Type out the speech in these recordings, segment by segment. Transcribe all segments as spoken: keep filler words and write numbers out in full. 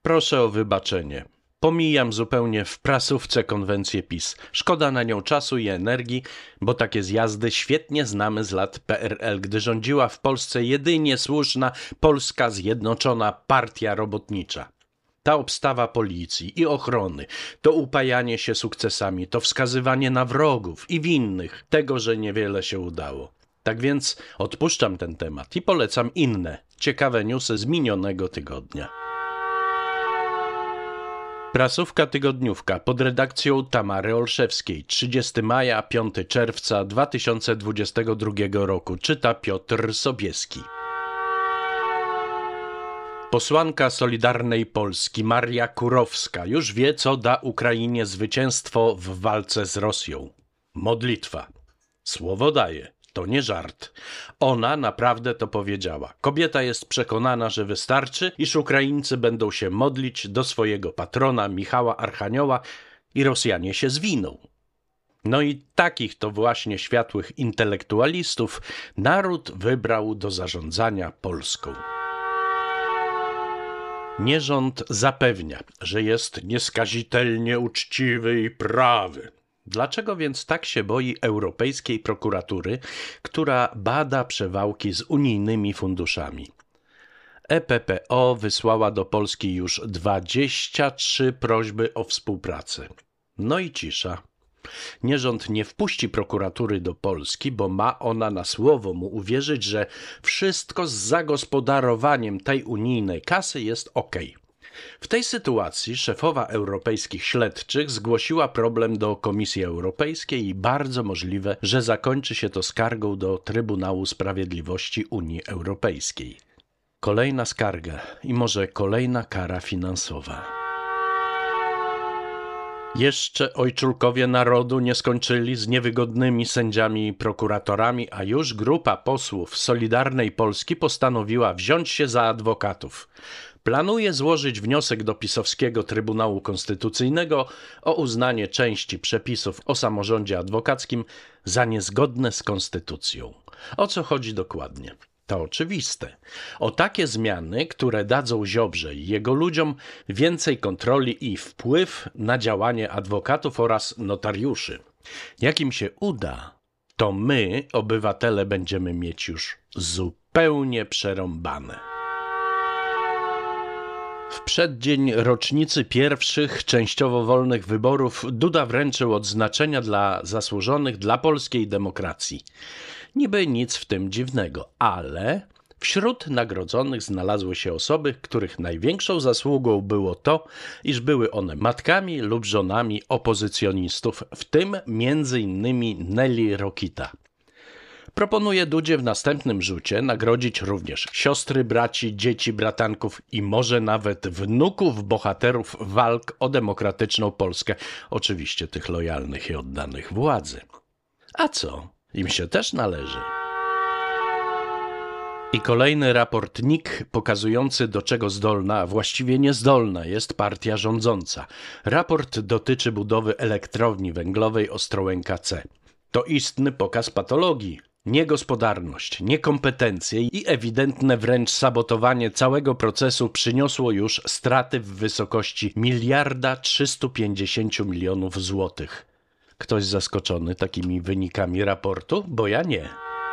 Proszę o wybaczenie. Pomijam zupełnie w prasówce konwencję PiS. Szkoda na nią czasu i energii, bo takie zjazdy świetnie znamy z lat P R L, gdy rządziła w Polsce jedynie słuszna Polska Zjednoczona Partia Robotnicza. Ta obstawa policji i ochrony, to upajanie się sukcesami, to wskazywanie na wrogów i winnych tego, że niewiele się udało. Tak więc odpuszczam ten temat i polecam inne, ciekawe newsy z minionego tygodnia. Prasówka tygodniówka pod redakcją Tamary Olszewskiej, trzydziestego maja, piątego czerwca dwa tysiące dwudziestego drugiego roku, czyta Piotr Sobieski. Posłanka Solidarnej Polski Maria Kurowska już wie, co da Ukrainie zwycięstwo w walce z Rosją. Modlitwa. Słowo daje. To nie żart. Ona naprawdę to powiedziała. Kobieta jest przekonana, że wystarczy, iż Ukraińcy będą się modlić do swojego patrona Michała Archanioła i Rosjanie się zwiną. No i takich to właśnie światłych intelektualistów naród wybrał do zarządzania Polską. Nierząd zapewnia, że jest nieskazitelnie uczciwy i prawy. Dlaczego więc tak się boi Europejskiej Prokuratury, która bada przewałki z unijnymi funduszami? E P P O wysłała do Polski już dwadzieścia trzy prośby o współpracę. No i cisza. Nierząd nie wpuści prokuratury do Polski, bo ma ona na słowo mu uwierzyć, że wszystko z zagospodarowaniem tej unijnej kasy jest okej. W tej sytuacji szefowa europejskich śledczych zgłosiła problem do Komisji Europejskiej i bardzo możliwe, że zakończy się to skargą do Trybunału Sprawiedliwości Unii Europejskiej. Kolejna skarga i może kolejna kara finansowa. Jeszcze ojczulkowie narodu nie skończyli z niewygodnymi sędziami i prokuratorami, a już grupa posłów Solidarnej Polski postanowiła wziąć się za adwokatów. Planuje złożyć wniosek do pisowskiego Trybunału Konstytucyjnego o uznanie części przepisów o samorządzie adwokackim za niezgodne z konstytucją. O co chodzi dokładnie? To oczywiste. O takie zmiany, które dadzą Ziobrze i jego ludziom więcej kontroli i wpływ na działanie adwokatów oraz notariuszy. Jak im się uda, to my, obywatele, będziemy mieć już zupełnie przerąbane. W przeddzień rocznicy pierwszych częściowo wolnych wyborów Duda wręczył odznaczenia dla zasłużonych dla polskiej demokracji. Niby nic w tym dziwnego, ale wśród nagrodzonych znalazły się osoby, których największą zasługą było to, iż były one matkami lub żonami opozycjonistów, w tym między innymi Nelly Rokita. Proponuję Dudzie w następnym rzucie nagrodzić również siostry, braci, dzieci, bratanków i może nawet wnuków bohaterów walk o demokratyczną Polskę, oczywiście tych lojalnych i oddanych władzy. A co? Im się też należy. I kolejny raport N I K pokazujący, do czego zdolna, a właściwie niezdolna jest partia rządząca. Raport dotyczy budowy elektrowni węglowej Ostrołęka C. To istny pokaz patologii. Niegospodarność, niekompetencje i ewidentne wręcz sabotowanie całego procesu przyniosło już straty w wysokości miliarda trzystu pięćdziesięciu milionów złotych. Ktoś zaskoczony takimi wynikami raportu? Bo ja nie.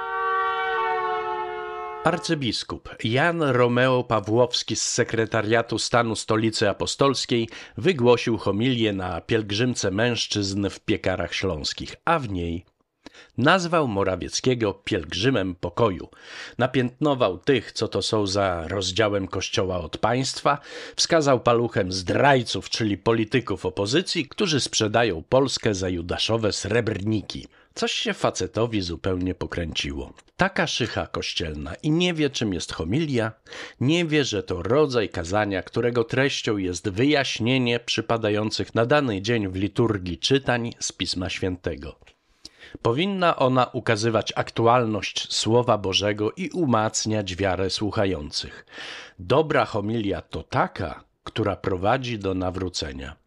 Arcybiskup Jan Romeo Pawłowski z Sekretariatu Stanu Stolicy Apostolskiej wygłosił homilię na pielgrzymce mężczyzn w Piekarach Śląskich, a w niej nazwał Morawieckiego pielgrzymem pokoju, napiętnował tych, co to są za rozdziałem Kościoła od państwa, wskazał paluchem zdrajców, czyli polityków opozycji, którzy sprzedają Polskę za judaszowe srebrniki. Coś się facetowi zupełnie pokręciło. Taka szycha kościelna i nie wie, czym jest homilia, nie wie, że to rodzaj kazania, którego treścią jest wyjaśnienie przypadających na dany dzień w liturgii czytań z Pisma Świętego. Powinna ona ukazywać aktualność Słowa Bożego i umacniać wiarę słuchających. Dobra homilia to taka, która prowadzi do nawrócenia.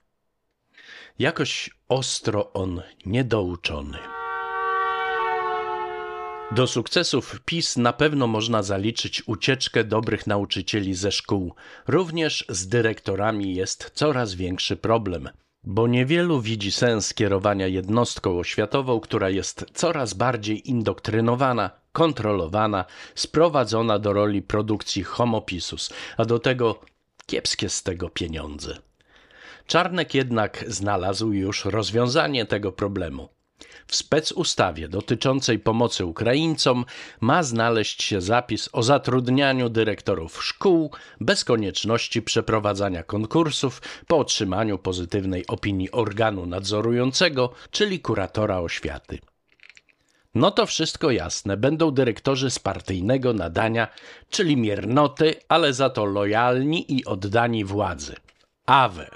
Jakoś ostro on niedouczony. Do sukcesów PiS na pewno można zaliczyć ucieczkę dobrych nauczycieli ze szkół. Również z dyrektorami jest coraz większy problem, bo niewielu widzi sens kierowania jednostką oświatową, która jest coraz bardziej indoktrynowana, kontrolowana, sprowadzona do roli produkcji homopisus, a do tego kiepskie z tego pieniądze. Czarnek jednak znalazł już rozwiązanie tego problemu. W specustawie dotyczącej pomocy Ukraińcom ma znaleźć się zapis o zatrudnianiu dyrektorów szkół bez konieczności przeprowadzania konkursów po otrzymaniu pozytywnej opinii organu nadzorującego, czyli kuratora oświaty. No to wszystko jasne, będą dyrektorzy z partyjnego nadania, czyli miernoty, ale za to lojalni i oddani władzy. Awe.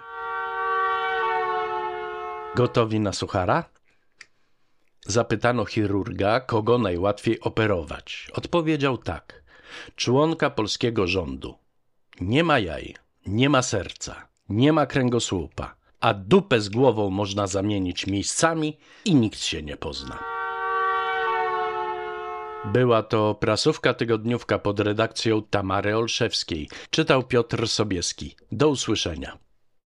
Gotowi na suchara? Zapytano chirurga, kogo najłatwiej operować. Odpowiedział tak. Członka polskiego rządu. Nie ma jaj, nie ma serca, nie ma kręgosłupa, a dupę z głową można zamienić miejscami i nikt się nie pozna. Była to prasówka tygodniówka pod redakcją Tamary Olszewskiej. Czytał Piotr Sobieski. Do usłyszenia.